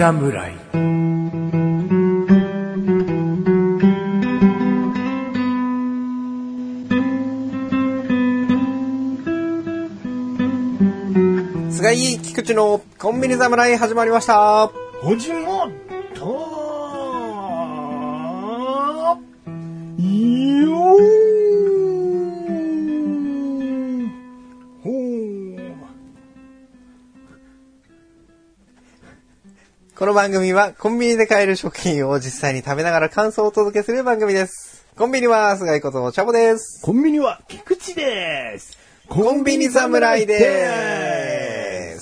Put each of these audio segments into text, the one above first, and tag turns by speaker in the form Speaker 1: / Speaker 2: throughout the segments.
Speaker 1: 侍。
Speaker 2: 菅井菊池のコンビニ侍始まりました。
Speaker 1: 始まったよほう。
Speaker 2: この番組はコンビニで買える食品を実際に食べながら感想をお届けする番組です。コンビニは菅井ことチャボです。
Speaker 1: コンビニは菊池です。
Speaker 2: コンビニ侍です。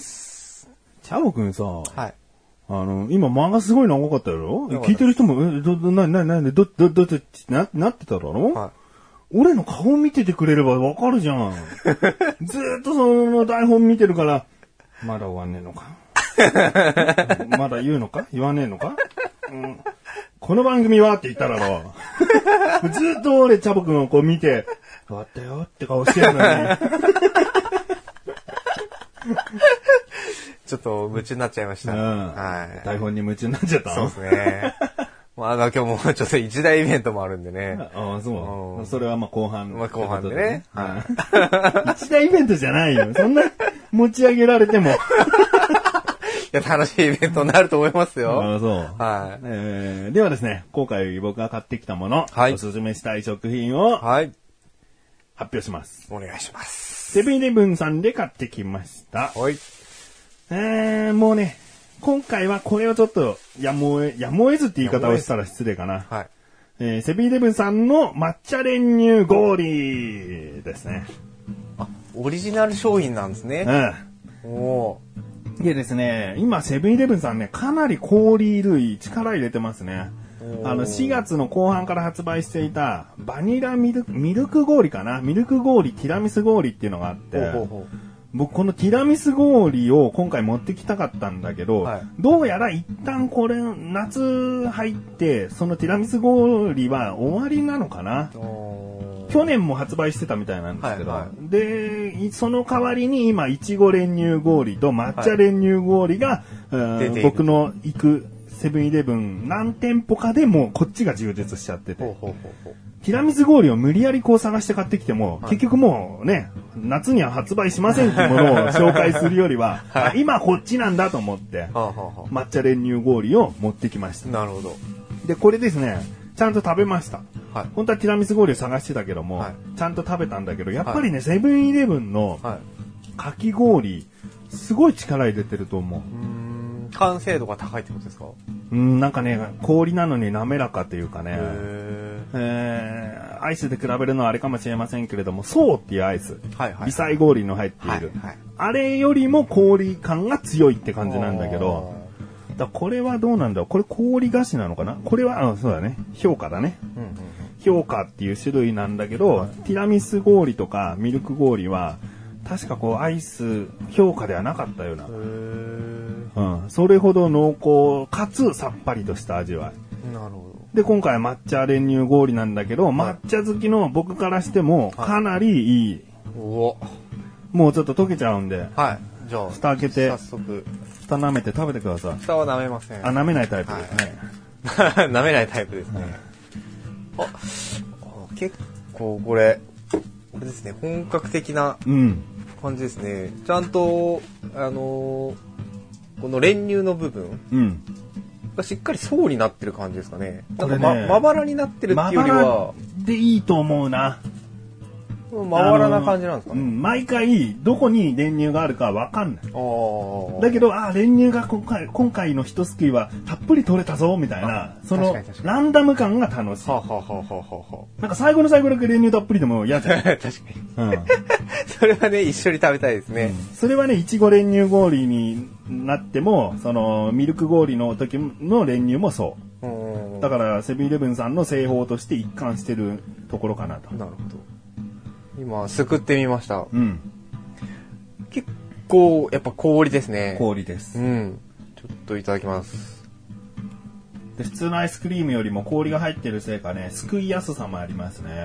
Speaker 1: チャボくんさ、
Speaker 2: はい。
Speaker 1: 今間がすごい長かったやろ？聞いてる人も、どなってただろ？はい。俺の顔見ててくれればわかるじゃん。ずーっとその台本見てるから、まだ終わんねえのかまだ言うのか言わねえのか、うん、この番組はって言ったらろ。ずーっと俺チャボくんをこう見て、終わったよって顔してるのに。
Speaker 2: ちょっと夢中になっちゃいました。
Speaker 1: うん、はい。台本に夢中になっちゃった。
Speaker 2: そうですね。今日もちょっと一大イベントもあるんでね。
Speaker 1: ああ、そう。それは後半。
Speaker 2: 後半でね。
Speaker 1: はい。一大イベントじゃないよ。そんな持ち上げられても。い
Speaker 2: や、楽しいイベントになると思いますよ。
Speaker 1: ああ、そう。
Speaker 2: はい。
Speaker 1: ではですね、今回僕が買ってきたもの、はい、おすすめしたい食品を、はい。発表します。
Speaker 2: お願いします。
Speaker 1: セブンイレブンさんで買ってきました。
Speaker 2: はい。
Speaker 1: もうね、今回はこれをちょっとやむを得ずって言い方をしたら失礼かな。はい。セブンイレブンさんの抹茶練乳氷ですね。
Speaker 2: あ、オリジナル商品なんですね。
Speaker 1: うん。おー。でですね、今セブンイレブンさんね、かなり氷類力入れてますね。4月の後半から発売していたバニラミルク氷かな、ミルク氷、ティラミス氷っていうのがあって、僕このティラミス氷を今回持ってきたかったんだけど、はい、どうやら一旦これ夏入ってそのティラミス氷は終わりなのかな。去年も発売してたみたいなんですけど、はいはい、でその代わりに今いちご練乳氷と抹茶練乳氷が、はい、僕の行くセブンイレブン何店舗かでもうこっちが充実しちゃってて、ティラミス氷を無理やりこう探して買ってきても、はい、結局もうね、夏には発売しませんっていうものを紹介するよりは、はい、今こっちなんだと思って、抹茶練乳氷を持ってきました。
Speaker 2: なるほど。
Speaker 1: で、これですね、ちゃんと食べました。はい、本当はティラミス氷を探してたけども、はい、ちゃんと食べたんだけど、やっぱりね、セブンイレブンのかき氷、すごい力入れてると思う。
Speaker 2: 完成度が高いってことですか？
Speaker 1: なんかね、氷なのに滑らかというかね、アイスで比べるのはあれかもしれませんけれども、ソーっていうアイス、はいはい、微細氷の入っている、はいはい、あれよりも氷感が強いって感じなんだけど、これはどうなんだろう、これ氷菓子なのかな、これは、そうだね、評価だね、うんうんうん、評価っていう種類なんだけど、はい、ティラミス氷とかミルク氷は確かこうアイス評価ではなかったような、それほど濃厚かつさっぱりとした味わい。
Speaker 2: なるほど。
Speaker 1: で、今回抹茶練乳氷なんだけど、抹茶好きの僕からしてもかなりいい。もうちょっと溶けちゃうんで、
Speaker 2: はい。じゃあ、
Speaker 1: 蓋開けて、
Speaker 2: 早速。
Speaker 1: 蓋舐めて食べてください。
Speaker 2: 蓋は舐めません。
Speaker 1: 舐めないタイプですね。
Speaker 2: はい、舐めないタイプですね。結構これですね、本格的な感じですね。ちゃんと、この練乳の部分がしっかり層になってる感じですかね。なんかまばらになってるっていうよりは。
Speaker 1: でいいと思うな。
Speaker 2: まばらな感じなんですかね。
Speaker 1: 毎回どこに練乳があるかわかんない。だけど、練乳が今回の一すくいはたっぷり取れたぞみたいな、そのランダム感が楽しい。なんか最後の最後だけ練乳たっぷりでも嫌じゃん。
Speaker 2: 確かに。それはね、一緒に食べたいですね。
Speaker 1: それはね、いちご練乳氷になっても、そのミルク氷の時の練乳もそう。だからセブンイレブンさんの製法として一貫してるところかなと。
Speaker 2: なるほど。今すくってみました。結構やっぱ氷ですね。
Speaker 1: 氷です。
Speaker 2: ちょっといただきます。
Speaker 1: で、普通のアイスクリームよりも氷が入ってるせいかね、すくいやすさもありますね。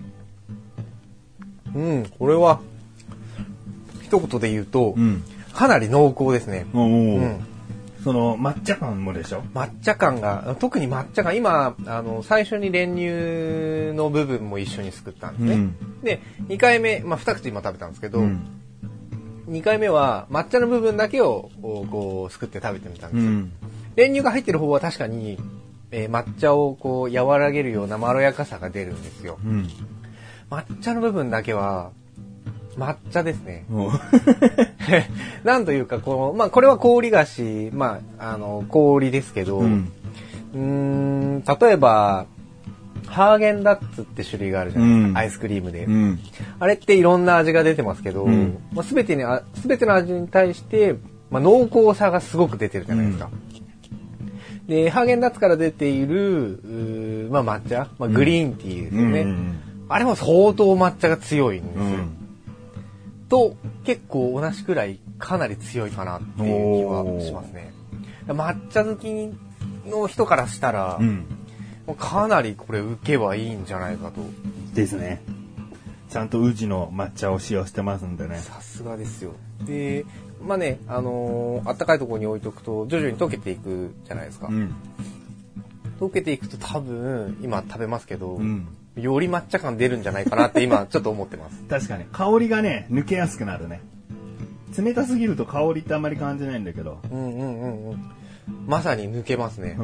Speaker 2: これは一言で言うと、かなり濃厚ですね。
Speaker 1: その抹茶感もでしょ？
Speaker 2: 抹茶感が、特に抹茶感、今、最初に練乳の部分も一緒にすくったんですね。で、2回目、まあ、2口今食べたんですけど、2回目は抹茶の部分だけをこうすくって食べてみたんですよ。練乳が入ってる方は確かに、抹茶をこう和らげるようなまろやかさが出るんですよ。抹茶の部分だけは抹茶ですね。なんというかまあこれは氷菓子、まあ氷ですけど、例えばハーゲンダッツって種類があるじゃないですか、アイスクリームで、あれっていろんな味が出てますけど、まあ、全ての味に対して、まあ、濃厚さがすごく出てるじゃないですか。でハーゲンダッツから出ているまあ、抹茶、まあ、グリーンティーですよね、あれも相当抹茶が強いんですよ、と結構同じくらいかなり強いかなっていう気はしますね。抹茶好きの人からしたら、かなりこれ受けはいいんじゃないかと。
Speaker 1: ですね。ちゃんと宇治の抹茶を使用してますんでね。
Speaker 2: さすがですよ。で、まあね、あったかいところに置いとくと徐々に溶けていくじゃないですか。溶けていくと多分今食べますけど、より抹茶感出るんじゃないかなって今ちょっと思ってます。
Speaker 1: 確かに香りがね抜けやすくなるね。冷たすぎると香りってあんまり感じないんだけど。
Speaker 2: まさに抜けますね。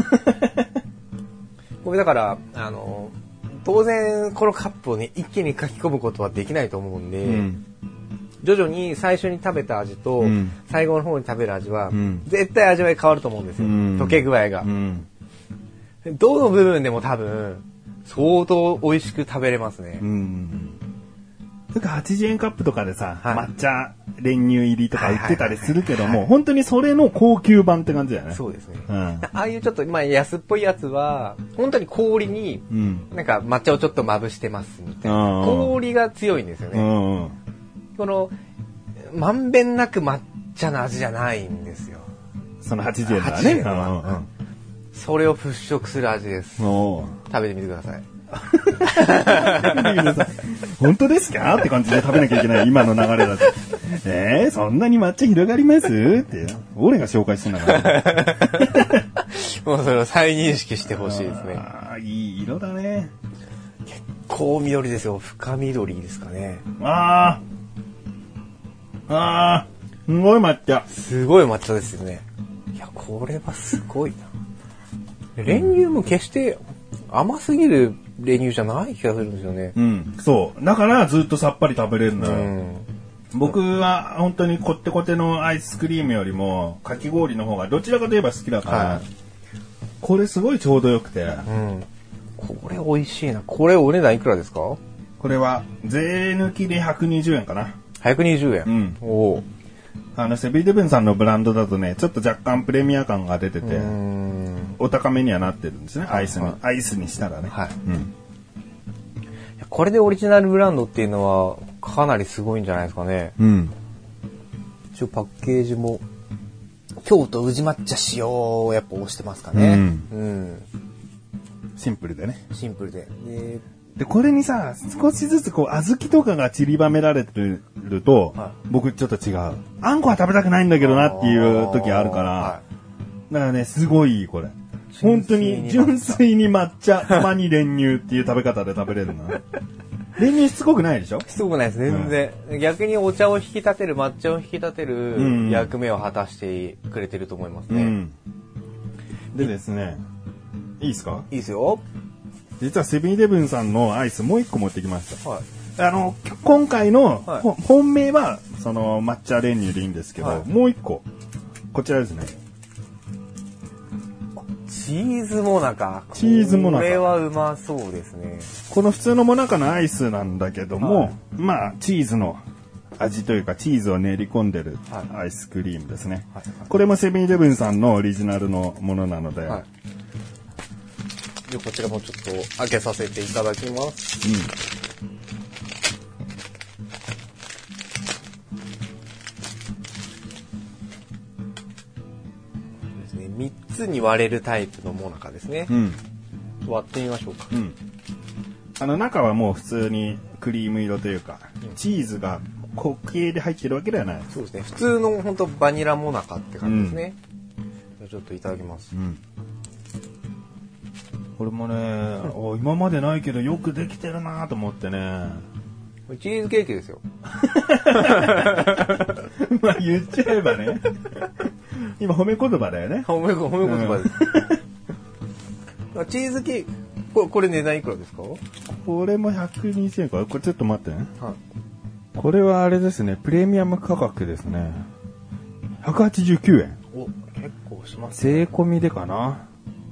Speaker 2: これだから当然このカップをね一気に書き込むことはできないと思うんで、徐々に最初に食べた味と、最後の方に食べる味は、絶対味わい変わると思うんですよ、溶け具合が、どの部分でも多分相当美味しく食べれますね。
Speaker 1: なんか80円カップとかでさ、抹茶練乳入りとか売ってたりするけども、本当にそれの高級版って感じだよね。
Speaker 2: そうですね。ああいうちょっと、まあ、安っぽいやつは、本当に氷に、なんか抹茶をちょっとまぶしてますみたいな。氷が強いんですよね。この、まんべんなく抹茶の味じゃないんですよ。
Speaker 1: その80円だね。
Speaker 2: それを払拭する味です。食べてみてください。
Speaker 1: 本当ですかって感じで食べなきゃいけない今の流れだと。そんなに抹茶広がりますって俺が紹介してんだから
Speaker 2: もうそれを再認識してほしいですね。
Speaker 1: いい色だね。
Speaker 2: 結構緑ですよ。深緑ですかね。
Speaker 1: すごい抹茶。
Speaker 2: すごい抹茶ですよね。いやこれはすごいな。練乳も決して甘すぎる練乳じゃない気がするんですよね。
Speaker 1: そうだからずっとさっぱり食べれるんだよ。僕は本当にこってこてのアイスクリームよりもかき氷の方がどちらかといえば好きだから、これすごいちょうどよくて、
Speaker 2: これ美味しいな。これお値段いくらですか？
Speaker 1: これは税抜きで120円かな。
Speaker 2: 120円。お
Speaker 1: セブンイレブンさんのブランドだとねちょっと若干プレミア感が出ててお高めにはなってるんですね。アイスにしたらね。
Speaker 2: これでオリジナルブランドっていうのはかなりすごいんじゃないですかね。一応パッケージも京都宇治抹茶使用をやっぱ押してますかね。
Speaker 1: シンプルでね。
Speaker 2: シンプルで。
Speaker 1: でこれにさ少しずつこう小豆とかが散りばめられてると、僕ちょっと違う。あんこは食べたくないんだけどなっていう時あるから、だからねすごいいいこれ。本当に純粋に抹茶マに練乳っていう食べ方で食べれるな。練乳しつこくないでしょ？
Speaker 2: しつこくないです全然、逆にお茶を引き立てる抹茶を引き立てる役目を果たしてくれてると思いますね。
Speaker 1: でですね、いいですか？
Speaker 2: いいですよ。
Speaker 1: 実はセブンイレブンさんのアイスもう一個持ってきました。今回の、本命はその抹茶練乳でいいんですけど、もう一個こちらですね。
Speaker 2: チーズモナカ。
Speaker 1: チーズモナカ。
Speaker 2: これはうまそうですね。
Speaker 1: この普通のモナカのアイスなんだけども、まあチーズの味というかチーズを練り込んでるアイスクリームですね。これもセブンイレブンさんのオリジナルのものなので。
Speaker 2: でこちらもちょっと開けさせていただきます。ですね、3つに割れるタイプのモナカですね。割ってみましょうか。
Speaker 1: 中はもう普通にクリーム色というか、チーズが固形で入ってるわけではない。
Speaker 2: そうですね。普通の本当バニラモナカって感じですね。 ちょっといただきます。
Speaker 1: これもね、今までないけどよくできてるなと思ってね。
Speaker 2: チーズケーキですよ。
Speaker 1: まあ言っちゃえばね。今褒め言葉だよね。
Speaker 2: 褒め言葉です。チーズケーキ、これ値段いくらですか？
Speaker 1: これも120円か。これちょっと待ってね。
Speaker 2: はい。
Speaker 1: これはあれですね、プレミアム価格ですね。189円。
Speaker 2: お、結構しますね。
Speaker 1: 税込みでかな。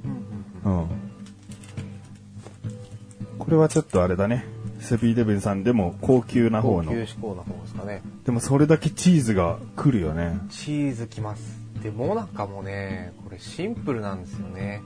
Speaker 1: これはちょっとあれだね。セブンイレブンさんでも高級な方の。
Speaker 2: 高級志向な方ですかね。
Speaker 1: でもそれだけチーズが来るよね。
Speaker 2: チーズきます。で、モナカもね、これシンプルなんですよね。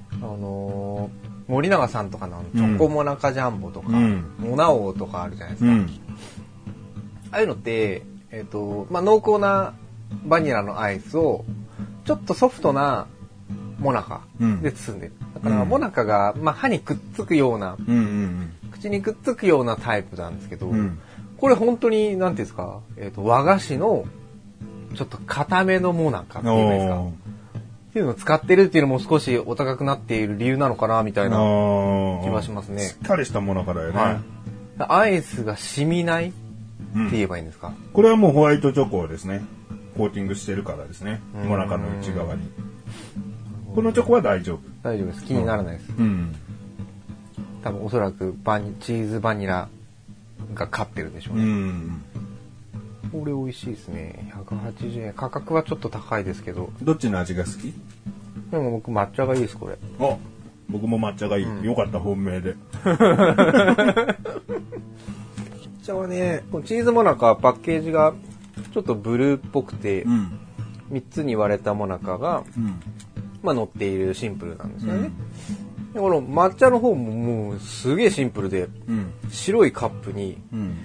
Speaker 2: 森永さんとかのチョコモナカジャンボとか、モナ王とかあるじゃないですか。ああいうのって、濃厚なバニラのアイスを、ちょっとソフトなモナカで包んでる。だから、モナカが、歯にくっつくような、口にくっつくようなタイプなんですけど、これ本当に、なんていうんですか、和菓子の、ちょっと固めのモナカっていうんですか。っていうのを使ってるっていうのも少しお高くなっている理由なのかな、みたいな気はしますね。
Speaker 1: しっかりしたモナカだよね。
Speaker 2: はい、アイスが染みないって言えばいいんですか。
Speaker 1: これはもうホワイトチョコをですね、コーティングしてるからですね。モナカの内側に。このチョコは大丈夫。
Speaker 2: 大丈夫です。気にならないです。多分おそらくチーズバニラが勝ってるんでしょうね。これ美味しいですね。180円。価格はちょっと高いですけど。
Speaker 1: どっちの味が好き？
Speaker 2: でも僕抹茶がいいです、これ。
Speaker 1: あ、僕も抹茶がいい。よかった、本命で。
Speaker 2: 抹茶はね、チーズモナカパッケージがちょっとブルーっぽくて、3つに割れたモナカが、乗っているシンプルなんですよね。でこの抹茶の方ももうすげえシンプルで、白いカップに、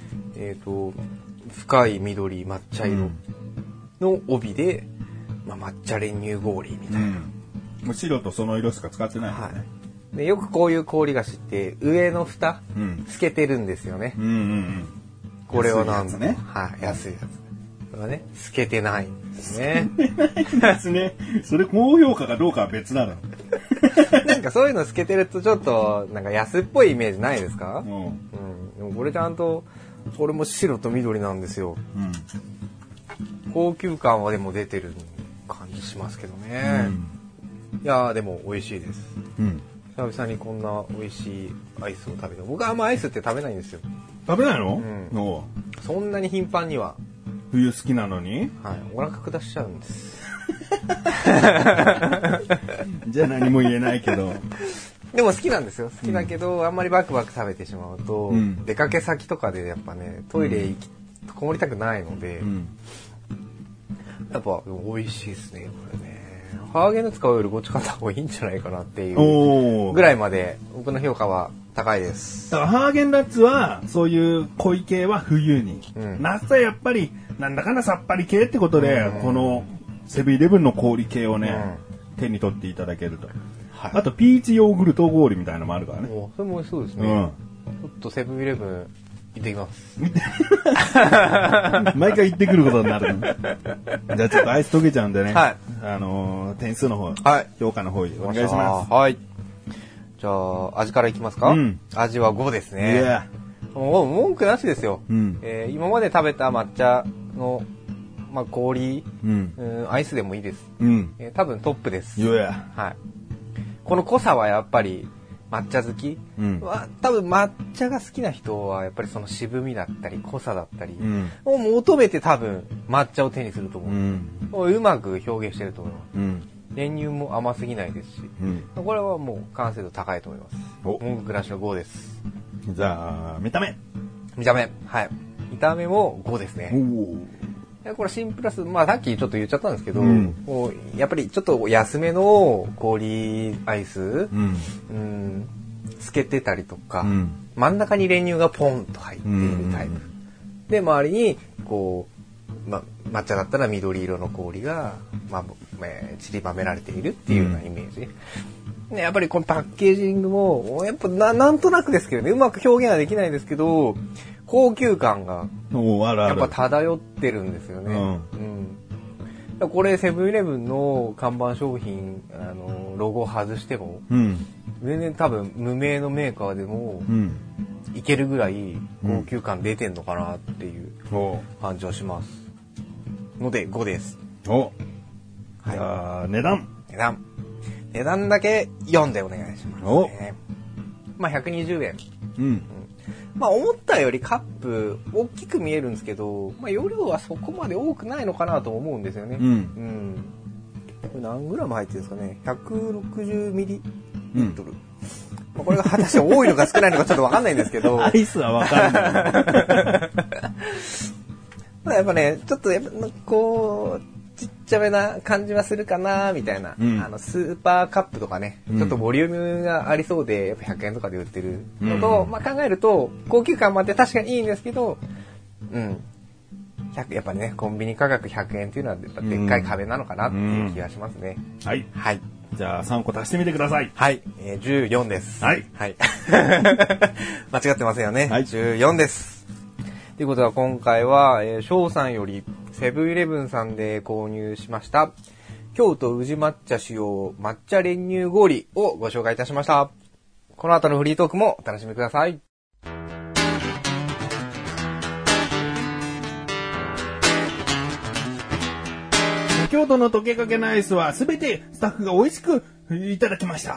Speaker 2: 深い緑抹茶色の帯で、抹茶練乳氷みたいな。
Speaker 1: もう白とその色しか使ってないですね。
Speaker 2: でよくこういう氷菓子って上の蓋、つけてるんですよね。これはなんだね。安いやつ。これはね、つけてないんですね。
Speaker 1: ですね。それ高評価かどうかは別なの。
Speaker 2: なんかそういうのつけてるとちょっとなんか安っぽいイメージないですか？でもこれちゃんとこれも白と緑なんですよ。高級感はでも出てる感じしますけどね。いやーでも美味しいです。久々にこんな美味しいアイスを食べて、僕はあんまアイスって食べないんですよ。
Speaker 1: 食べないの？
Speaker 2: そんなに頻繁には。
Speaker 1: 冬好きなのに？
Speaker 2: はい、お腹下しちゃうんです。
Speaker 1: じゃあ何も言えないけど。
Speaker 2: でも好きなんですよ。好きだけど、あんまりバクバク食べてしまうと、出かけ先とかでやっぱね、トイレこもりたくないので、やっぱ美味しいですね、これね。ハーゲンダッツ買うよりこっち買った方がいいんじゃないかなっていうぐらいまで僕の評価は高いです。
Speaker 1: だからハーゲンダッツはそういう濃い系は冬に、夏はやっぱりなんだかんださっぱり系ってことで、このセブンイレブンの氷系をね、手に取っていただけると。あとピーチヨーグルト氷みたいなのもあるからね。
Speaker 2: それも美味しそうですね。ちょっとセブンイレブン行ってきます。
Speaker 1: 毎回行ってくることになる。じゃあちょっとアイス溶けちゃうんでね。点数の方、評価の方お願いします。
Speaker 2: はい。じゃあ味からいきますか？味は5ですね。もう文句なしですよ。今まで食べた抹茶の氷、アイスでもいいです。多分トップです。この濃さはやっぱり抹茶好きは、多分抹茶が好きな人はやっぱりその渋みだったり濃さだったりを求めて多分抹茶を手にすると思う。うまく表現してると思います。練乳も甘すぎないですし、これはもう完成度高いと思います。文句なしの5です。
Speaker 1: じゃあ見た目、
Speaker 2: はい。見た目も5ですね。これ新プラス、さっきちょっと言っちゃったんですけど、やっぱりちょっと安めの氷アイス、つけてたりとか、真ん中に練乳がポンと入っているタイプ。で、周りに、抹茶だったら緑色の氷が、散りばめられているっていうようなイメージ。やっぱりこのパッケージングも、やっぱなんとなくですけどね、うまく表現はできないですけど、高級感がやっぱ漂ってるんですよね。 これセブンイレブンの看板商品ロゴ外しても、全然多分無名のメーカーでも、いけるぐらい高級感出てんのかなっていう感じはします。ので5です。
Speaker 1: はい。じゃあ値段
Speaker 2: だけ4でお願いしますね。まあ120円。まあ思ったよりカップ大きく見えるんですけど、まあ容量はそこまで多くないのかなと思うんですよね。これ何グラム入ってるんですかね。160ミリリットル。まあ、これが果たして多いのか少ないのかちょっとわかんないんですけど。
Speaker 1: アイスはわかんない。
Speaker 2: やっぱね、ちょっとやっぱこう、ちっちゃめな感じはするかなみたいな、スーパーカップとかね、ちょっとボリュームがありそうでやっぱ100円とかで売ってるのと、まあ、考えると高級感もあって確かにいいんですけど、やっぱねコンビニ価格100円っていうのはやっぱでっかい壁なのかなっていう気がしますね。
Speaker 1: はい。じゃあ3個足してみてください。
Speaker 2: はい、14です。
Speaker 1: はい。
Speaker 2: 間違ってませんよね。
Speaker 1: はい、
Speaker 2: 14です。ということは今回は翔さんよりセブンイレブンさんで購入しました京都宇治抹茶使用抹茶練乳氷をご紹介いたしました。この後のフリートークもお楽しみください。
Speaker 1: 京都の溶けかけのアイスはすべてスタッフが美味しくいただきました。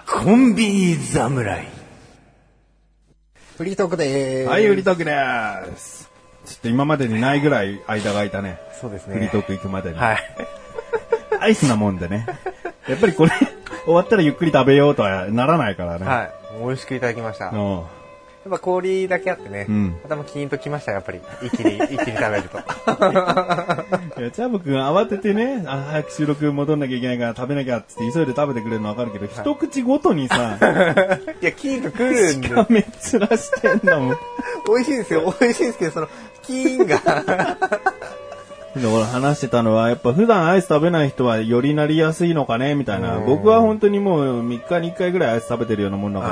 Speaker 2: コンビニ侍。フリートークでーす。
Speaker 1: はい、フリートークでーす。ちょっと今までにないぐらい間が空いたね。
Speaker 2: そうですね。
Speaker 1: フリートーク行くまでに。
Speaker 2: はい。
Speaker 1: アイスなもんでね。やっぱりこれ終わったらゆっくり食べようとはならないからね。
Speaker 2: はい。美味しくいただきました。やっぱ氷だけあってね、頭キーンときましたやっぱり一気に食べると。いや
Speaker 1: チャブ君慌ててね、早く収録戻んなきゃいけないから食べなきゃって急いで食べてくれるのわかるけど、一口ごとにさ、
Speaker 2: いやキーンとくるんで。
Speaker 1: しかめっ面してんだもん。
Speaker 2: 美味しいですよ、美味しいですけどそのキーンが。
Speaker 1: 俺話してたのはやっぱ普段アイス食べない人はよりなりやすいのかねみたいな。僕は本当にもう3日に1回ぐらいアイス食べてるようなもんだから。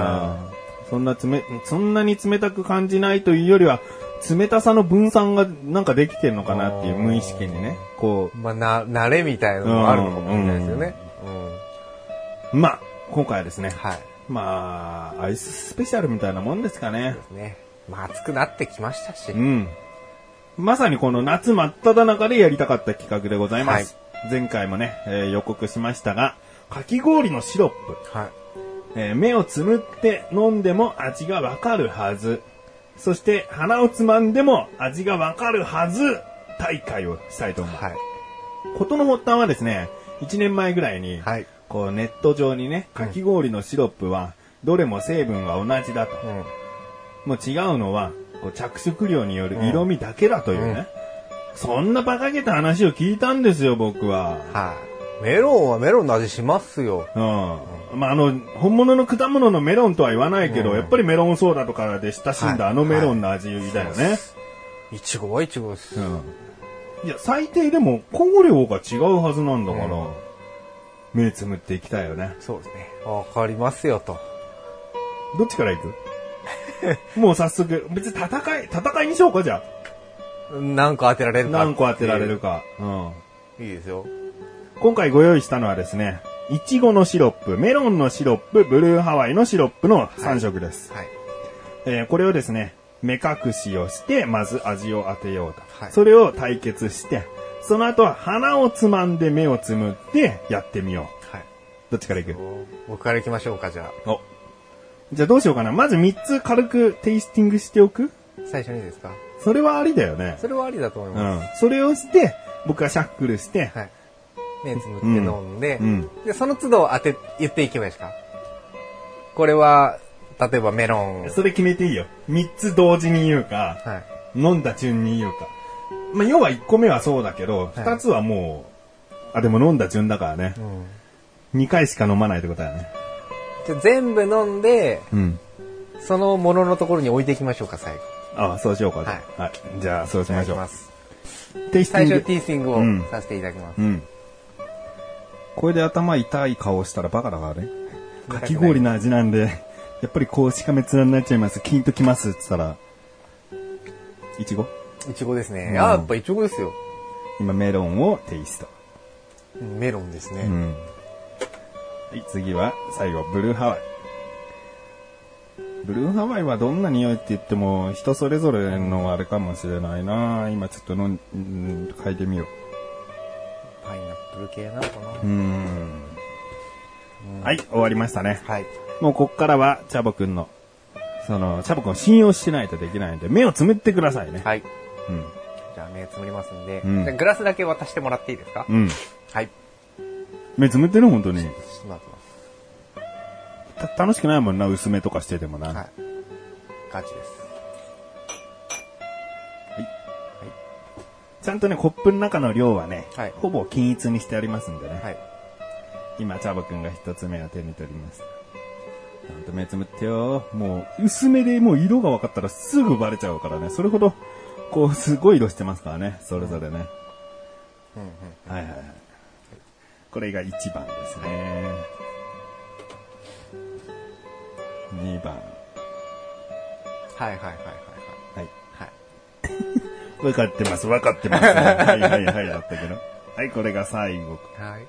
Speaker 1: そんなに冷たく感じないというよりは、冷たさの分散がなんかできてるのかなっていう無意識にね。こう。
Speaker 2: まあ、慣れみたいなのもあるのかもしれないですよね。
Speaker 1: まあ、今回はですね。
Speaker 2: はい。
Speaker 1: まあ、アイススペシャルみたいなもんですかね。
Speaker 2: そうですね。まあ、暑くなってきましたし。
Speaker 1: まさにこの夏真っ只中でやりたかった企画でございます。前回もね、予告しましたが、かき氷のシロップ。はい。目をつむって飲んでも味がわかるはず。そして鼻をつまんでも味がわかるはず大会をしたいと思う。はい。事の発端はですね、1年前ぐらいに、こうネット上にね、かき氷のシロップはどれも成分が同じだと。もう違うのはこう着色料による色味だけだというね。そんな馬鹿げた話を聞いたんですよ、僕は。
Speaker 2: はい。メロンはメロンの味しますよ。
Speaker 1: まあ、本物の果物のメロンとは言わないけど、やっぱりメロンソーダとかで親しんだあのメロンの味だよね。
Speaker 2: いちごはイチゴです。
Speaker 1: いや、最低でも、香料が違うはずなんだから、目つむっていきたいよね。
Speaker 2: そうですね。わかりますよと。
Speaker 1: どっちから行くもう早速、別に戦いにしようか、じゃ
Speaker 2: あ。何個当てられるか。
Speaker 1: 何個当てられるか。
Speaker 2: いいですよ。
Speaker 1: 今回ご用意したのはですね、いちごのシロップ、メロンのシロップ、ブルーハワイのシロップの3色です。これをですね、目隠しをして、まず味を当てようと。それを対決して、その後は鼻をつまんで目をつむってやってみよう。どっちからいく？
Speaker 2: 僕からいきましょうか、じゃあ。
Speaker 1: じゃあどうしようかな。まず3つ軽くテイスティングしておく？
Speaker 2: 最初にですか？
Speaker 1: それはありだよね。
Speaker 2: それはありだと思います。
Speaker 1: それをして、僕がシャッフルして、
Speaker 2: 目つむって飲んで、でその都度言っていけばいいですか？これは例えばメロン。
Speaker 1: それ決めていいよ。3つ同時に言うか、飲んだ順に言うか。まあ要は1個目はそうだけど、2つはもうでも飲んだ順だからね。2回しか飲まないってことだよね。
Speaker 2: じゃ全部飲んで、そのもののところに置いていきましょうか、最後。
Speaker 1: そうしようか。じゃあそうしましょう。
Speaker 2: 最初テイスティングをさせていただきます。
Speaker 1: これで頭痛い顔したらバカだからね。かき氷の味なんで、やっぱりこうしかめ面になっちゃいます。キンときますって言ったら、いちご？
Speaker 2: いちごですね。やっぱいちごですよ。
Speaker 1: 今メロンをテイスト。
Speaker 2: メロンですね。
Speaker 1: はい、次は、最後、ブルーハワイ。ブルーハワイはどんな匂いって言っても、人それぞれのあれかもしれないな。今ちょっと嗅いでみよう。
Speaker 2: パイナップル系なのかな。
Speaker 1: はい、終わりましたね。
Speaker 2: はい。
Speaker 1: もうこっからは、チャボくんの、チャボくんを信用しないとできないので、目をつむってくださいね。
Speaker 2: はい。じゃあ目つむりますんで、じゃあグラスだけ渡してもらっていいですか？はい。
Speaker 1: 目つむってる本当に。
Speaker 2: 待ってます。
Speaker 1: 楽しくないもんな、薄めとかしててもな。
Speaker 2: はい。ガチです。
Speaker 1: はい。ちゃんとね、コップの中の量はね、ほぼ均一にしてありますんでね。今、チャボくんが一つ目を手に取りました。ちゃんと目つむってよ。もう、薄めでもう色が分かったらすぐバレちゃうからね。それほど、こう、すごい色してますからね。それぞれね。はい。これが1番ですね。2番。
Speaker 2: はい。
Speaker 1: 分かってますね。はいだったけど。はい、これが最後。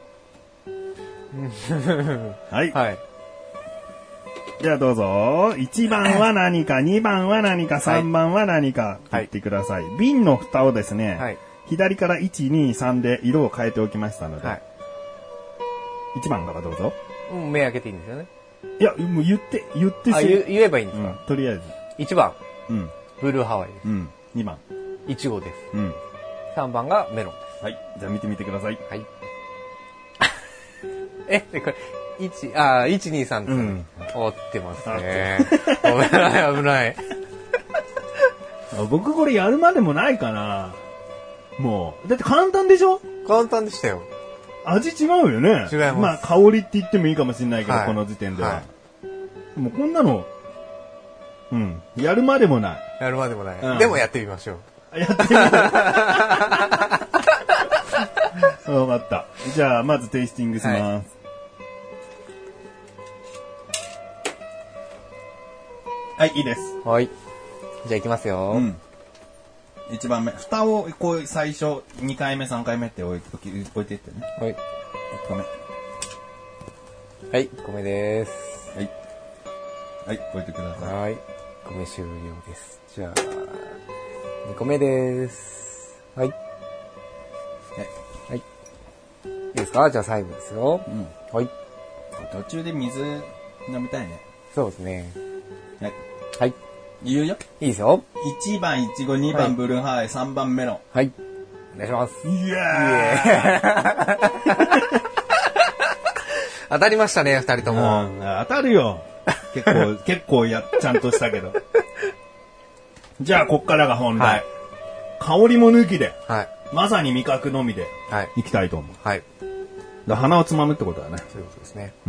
Speaker 1: はい。じゃあどうぞ。1番は何か、2番は何か、3番は何か言ってください。瓶の蓋をですね、左から1、2、3で色を変えておきましたので、1番からどうぞ。
Speaker 2: 目開けていいんですよね。
Speaker 1: いや、もう言って
Speaker 2: 言えばいいんですか？
Speaker 1: とりあえず。
Speaker 2: 1番。ブルーハワイです。
Speaker 1: 2番。
Speaker 2: イチゴです。3番がメロンです。
Speaker 1: はい。じゃあ見てみてください。
Speaker 2: はい。これ、1、2、3ですね。合ってますね。危ない。
Speaker 1: 僕これやるまでもないかな。もう。だって簡単でしょ？
Speaker 2: 簡単でしたよ。
Speaker 1: 味違うよね。
Speaker 2: 違います。
Speaker 1: まあ、香りって言ってもいいかもしれないけど、この時点では。もうこんなの、やるまでもない。
Speaker 2: やるまでもない。でもやってみましょう。
Speaker 1: やってみよう。わかった。じゃあ、まずテイスティングします。はい、いいです。
Speaker 2: はい。じゃあ行きますよ。
Speaker 1: 1番目。蓋をこう最初2回目3回目って置いていってね。
Speaker 2: はい。1
Speaker 1: 個目。
Speaker 2: はい、1個目です。
Speaker 1: はい、置いてください。
Speaker 2: はい。1個目終了です。じゃあ、2個目です。はい。はい。いいですか？じゃあ最後ですよ。はい。
Speaker 1: 途中で水飲みたいね。
Speaker 2: そうですね。
Speaker 1: はい。言うよ。
Speaker 2: いいですよ。
Speaker 1: 1番イチゴ、2番ブルーハワイ、3番メロン。
Speaker 2: はい。お願いします。
Speaker 1: イエーイ
Speaker 2: 当たりましたね、2人とも。
Speaker 1: 当たるよ。結構ちゃんとしたけど。じゃあ、こっからが本題。香りも抜きで。まさに味覚のみで。いきたいと思う。鼻をつまむってことだね。
Speaker 2: そういうことですね。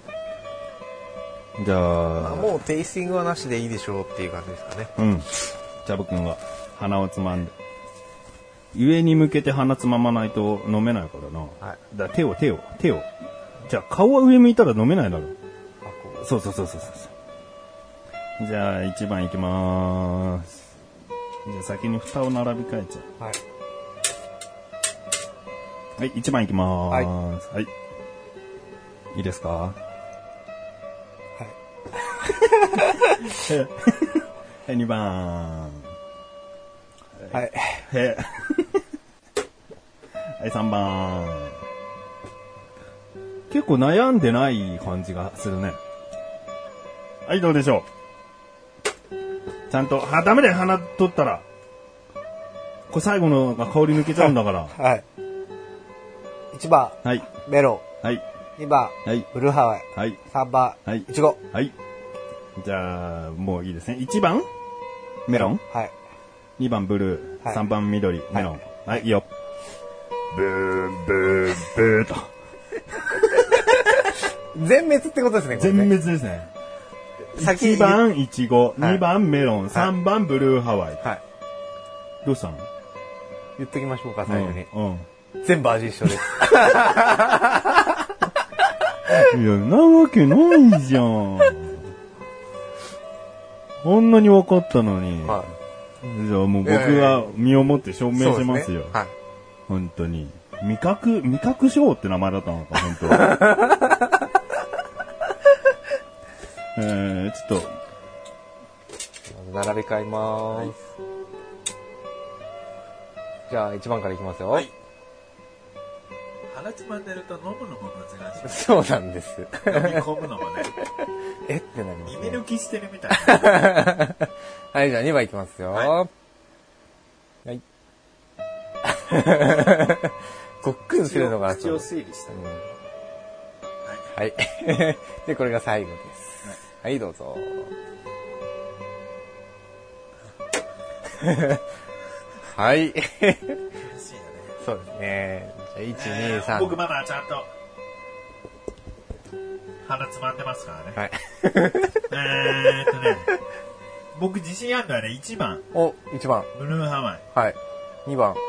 Speaker 1: じゃあ、
Speaker 2: もうテイスティングはなしでいいでしょうっていう感じですかね。
Speaker 1: チャボくんは鼻をつまんで。上に向けて鼻つままないと飲めないからな。だから手を。じゃあ顔は上向いたら飲めないだろ。そう。じゃあ1番いきまーす。じゃあ先に蓋を並び替えちゃう。はい、1番いきまーす。はい。いいですか？はい、2番。
Speaker 2: はい。
Speaker 1: はい、3番。結構悩んでない感じがするね。はい、どうでしょう。ちゃんと、ダメだよ、鼻取ったら。これ最後のが香り抜けちゃうんだから。
Speaker 2: はい。1番。
Speaker 1: はい。
Speaker 2: メロン。
Speaker 1: はい。
Speaker 2: 2番。
Speaker 1: はい。
Speaker 2: ブルーハワイ。
Speaker 1: はい。
Speaker 2: 3番。
Speaker 1: はい。
Speaker 2: イチゴ。
Speaker 1: はい。じゃあ、もういいですね。1番メロン。
Speaker 2: はい。
Speaker 1: 2番ブルー。3番緑。メロン。はい、いいよ。ブー、ブー、ブーと。
Speaker 2: 全滅ってことですね、これね。
Speaker 1: 全滅ですね。1番イチゴ、2番メロン、3番ブルーハワイ。
Speaker 2: はい。
Speaker 1: どうしたの？
Speaker 2: 言っときましょうか、最初に。
Speaker 1: うん
Speaker 2: 全部味一緒です。
Speaker 1: いや、なわけないじゃん。こんなに分かったのに。じゃあもう僕が身をもって証明しますよ。
Speaker 2: はい。
Speaker 1: 本当に。 味覚賞って名前だったのか、本当は。ちょっと。
Speaker 2: 並べ替えまーす。じゃあ、1番からいきますよ。はい。
Speaker 1: 鼻つまんでると飲むのも難しい。
Speaker 2: そうなんです。
Speaker 1: 飲み込むのもね。
Speaker 2: ってなりますね。
Speaker 1: 耳抜きしてるみたい
Speaker 2: な。はい、じゃあ2番いきますよ。はい。ごっくんするのが
Speaker 1: 口を整理した、
Speaker 2: はい。で、これが最後です。はい、どうぞ。はい。そうですね。じゃあ、1、2、3。
Speaker 1: 僕まだちゃんと、鼻つまんでますからね。はい。僕自信あるのはね、1番。
Speaker 2: お、1番。
Speaker 1: ブルーハワイ。
Speaker 2: はい。2番。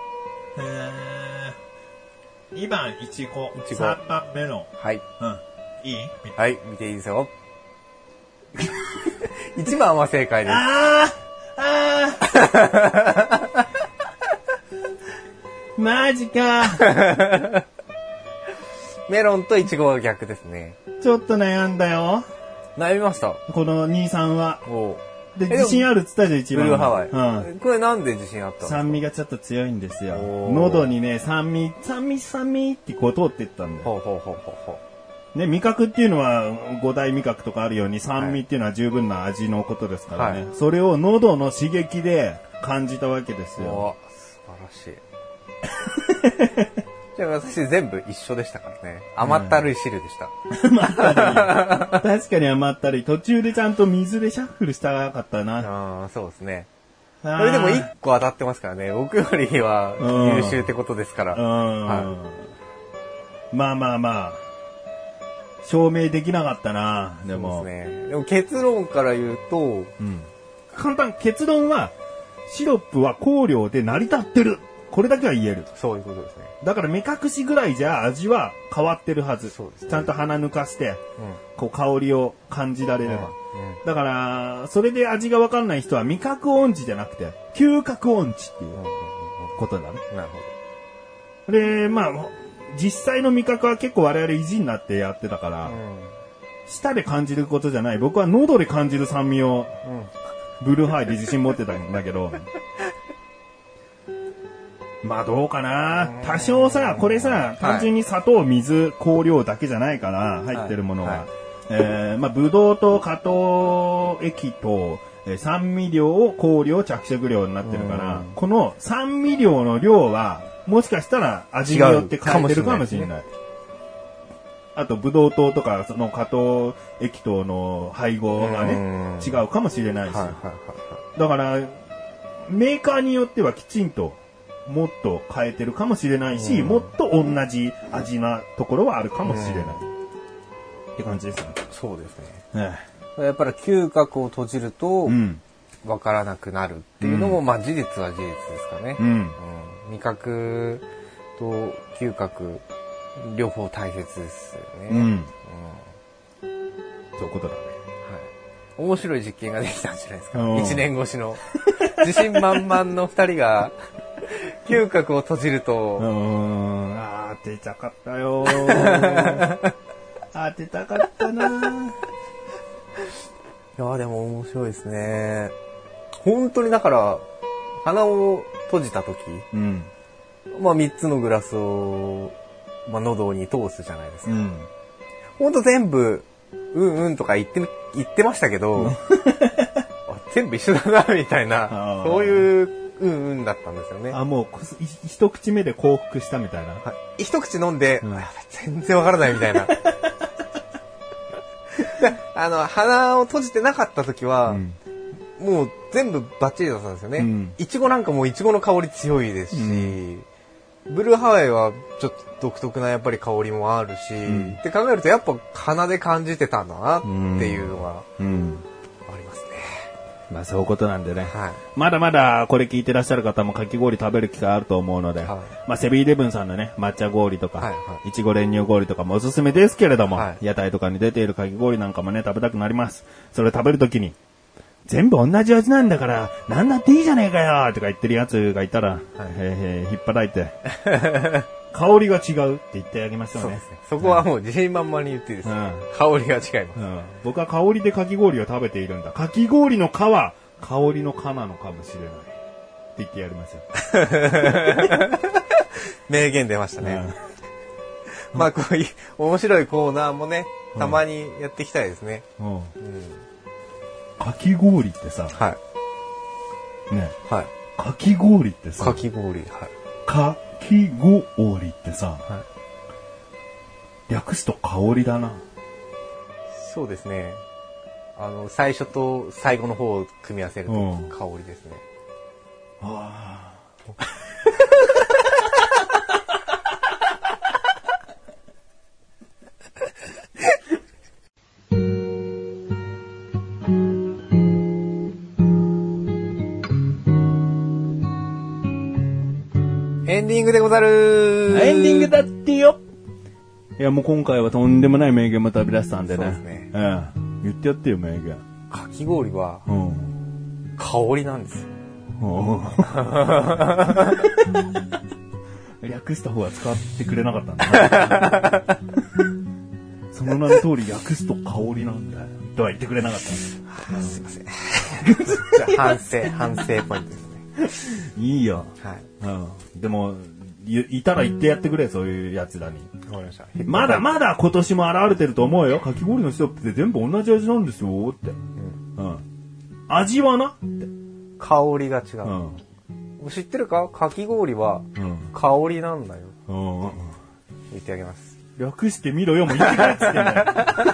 Speaker 1: 2番、イチゴ。3番、メロン。
Speaker 2: はい。
Speaker 1: うん。いい？
Speaker 2: はい、見ていいですよ。1番は正解です。
Speaker 1: マジか。
Speaker 2: メロンとイチゴは逆ですね。
Speaker 1: ちょっと悩んだよ。
Speaker 2: 悩みました。
Speaker 1: この2、3は。で、自信あるっつったじゃん、一番。
Speaker 2: ブルーハワイ。うん。これなんで自信あったの？
Speaker 1: 酸味がちょっと強いんですよ。喉にね、酸味ってこう通っていったんだよ。
Speaker 2: ほ
Speaker 1: う。ね、味覚っていうのは五大味覚とかあるように酸味っていうのは十分な味のことですからね。はい、それを喉の刺激で感じたわけですよ。
Speaker 2: 素晴らしい。じゃあ私全部一緒でしたからね。甘ったるい汁でした。
Speaker 1: 甘ったるい。確かに甘ったるい。途中でちゃんと水でシャッフルしたかったな。
Speaker 2: そうですね。これでも1個当たってますからね。僕よりは優秀ってことですから。
Speaker 1: まあ。証明できなかったな。でも。
Speaker 2: そうですね。でも結論から言うと、
Speaker 1: 簡単。結論は、シロップは香料で成り立ってる。これだけは言える。
Speaker 2: そういうことですね。
Speaker 1: だから目隠しぐらいじゃ味は変わってるはず。そうですね。ちゃんと鼻抜かして、こう香りを感じられれば。だから、それで味がわかんない人は味覚音痴じゃなくて、嗅覚音痴っていうことだね。
Speaker 2: なるほ
Speaker 1: ど。で、まあ、実際の味覚は結構我々意地になってやってたから、舌で感じることじゃない。僕は喉で感じる酸味を、ブルーハイで自信持ってたんだけど、まあどうかな。多少さ、これさ、単純に砂糖、水、香料だけじゃないから、入ってるものは。まあブドウと果糖液と、酸味料、香料、着色料になってるから、この酸味料の量は、もしかしたら味によって変えてるかもしれない。あと、ブドウ糖とか、その果糖液糖の配合がね、違うかもしれないし。だから、メーカーによってはきちんと、もっと変えてるかもしれないし、もっと同じ味なところはあるかもしれない。って感じですね。
Speaker 2: そうですね。やっぱり嗅覚を閉じると、わからなくなるっていうのも、まあ事実は事実ですかね。味覚と嗅覚、両方大切ですよね。
Speaker 1: そういうことだね。
Speaker 2: はい。面白い実験ができたんじゃないですか。1年越しの。自信満々の2人が、嗅覚を閉じると、
Speaker 1: 当てたかったよ。当てたかったな。
Speaker 2: いやでも面白いですね。本当にだから、鼻を閉じたとき、まあ3つのグラスを、まあ喉に通すじゃないですか。本当全部、とか言ってましたけど、全部一緒だな、みたいな、そういうだったんですよね。
Speaker 1: もう、一口目で幸福したみたいな。
Speaker 2: 一口飲んで、全然わからないみたいな。鼻を閉じてなかった時は、もう全部バッチリだったんですよね。いちごなんかもういちごの香り強いですし、ブルーハワイはちょっと独特なやっぱり香りもあるし、って考えるとやっぱ鼻で感じてたんだなっていうのが、
Speaker 1: まあそういうことなんでね。まだまだこれ聞いてらっしゃる方もかき氷食べる機会あると思うので、まあセブンイレブンさんのね、抹茶氷とか、いちご練乳氷とかもおすすめですけれども、屋台とかに出ているかき氷なんかもね、食べたくなります。それ食べるときに、全部同じ味なんだから、なんだっていいじゃねえかよとか言ってるやつがいたら、引っ張らいて、 香りが違うって言ってあげましょうね。
Speaker 2: そうですね。そこはもう自信満々に言っていいです。うん、香りが違います、
Speaker 1: うん。僕は香りでかき氷を食べているんだ。かき氷の皮、香りのかなのかもしれない。って言ってやりましょう。
Speaker 2: 名言出ましたね。うん、まあこういう面白いコーナーもね、たまにやっていきたいですね。うんうん、
Speaker 1: かき氷ってさ、
Speaker 2: はい。ね。はい。
Speaker 1: かき氷ってさ、
Speaker 2: かき氷、はい。
Speaker 1: かき氷ってさ、はい、略すと香りだな。
Speaker 2: そうですね。最初と最後の方を組み合わせると香りですね。ああ。 エンディングでござるー。
Speaker 1: エンディングだってよ。いやもう今回はとんでもない名言も飛び出したんでね。そうですね。うん。言ってやってよ名言。
Speaker 2: かき氷は、うん、香りなんですよ。
Speaker 1: 略した方は使ってくれなかったんだな。その名の通り略すと香りなんだよ。とは言ってくれなかったんです。
Speaker 2: すいません。じゃあ反省ポイントですね。
Speaker 1: いいよ。はい。うん。でも、いたら言ってやってくれ、そういう奴らに。
Speaker 2: わかりました。
Speaker 1: まだまだ今年も現れてると思うよ。かき氷のシロップって全部同じ味なんですよ、って。うん。味はなって。
Speaker 2: 香りが違う。うん。知ってるか？かき氷は、香りなんだよ。うん。言ってあげます。
Speaker 1: 略してみろよ、もう言ってくれっつってんだよ。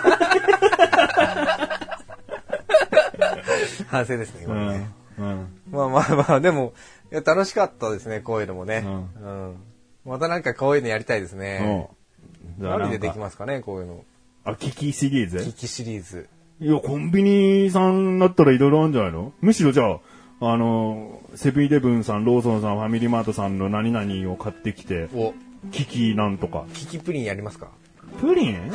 Speaker 2: 反省ですね、今ね。うん。まあまあまあ、でも、いや楽しかったですね、こういうのもね。うん。またなんかこういうのやりたいですね。何でできますかね、こういうの。
Speaker 1: あ、キキシリーズ？
Speaker 2: キキシリーズ。
Speaker 1: いや、コンビニさんだったらいろいろあるんじゃないの？むしろじゃあ、セブンイレブンさん、ローソンさん、ファミリーマートさんの何々を買ってきて、キキなんとか。
Speaker 2: キキプリンやりますか？
Speaker 1: プリン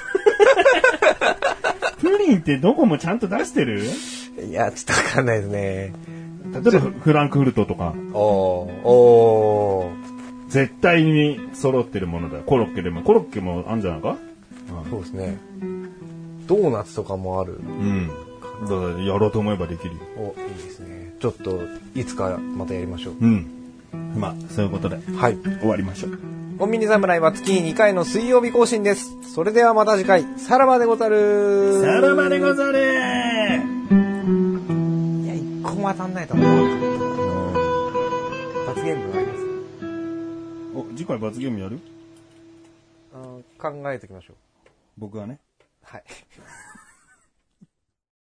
Speaker 1: プリンってどこもちゃんと出してる？
Speaker 2: いや、ちょっとわかんないですね。
Speaker 1: 例えばフランクフルトとか。絶対に揃ってるものだよ。コロッケでも。コロッケもあるんじゃないか？
Speaker 2: うん、そうですね。ドーナツとかもある。うん。
Speaker 1: だからやろうと思えばできるよ。
Speaker 2: いいですね。ちょっと、いつかまたやりましょう。
Speaker 1: うん。まあ、そういうことで。はい。終わりましょう。
Speaker 2: コンビニ侍は月に2回の水曜日更新です。それではまた次回、さらばでござる。
Speaker 1: さらばでござる。
Speaker 2: いや、一個も当たんないと思う。罰ゲームあります。
Speaker 1: 次回罰ゲームやる？
Speaker 2: 考えておきましょう。
Speaker 1: 僕はね。
Speaker 2: はい。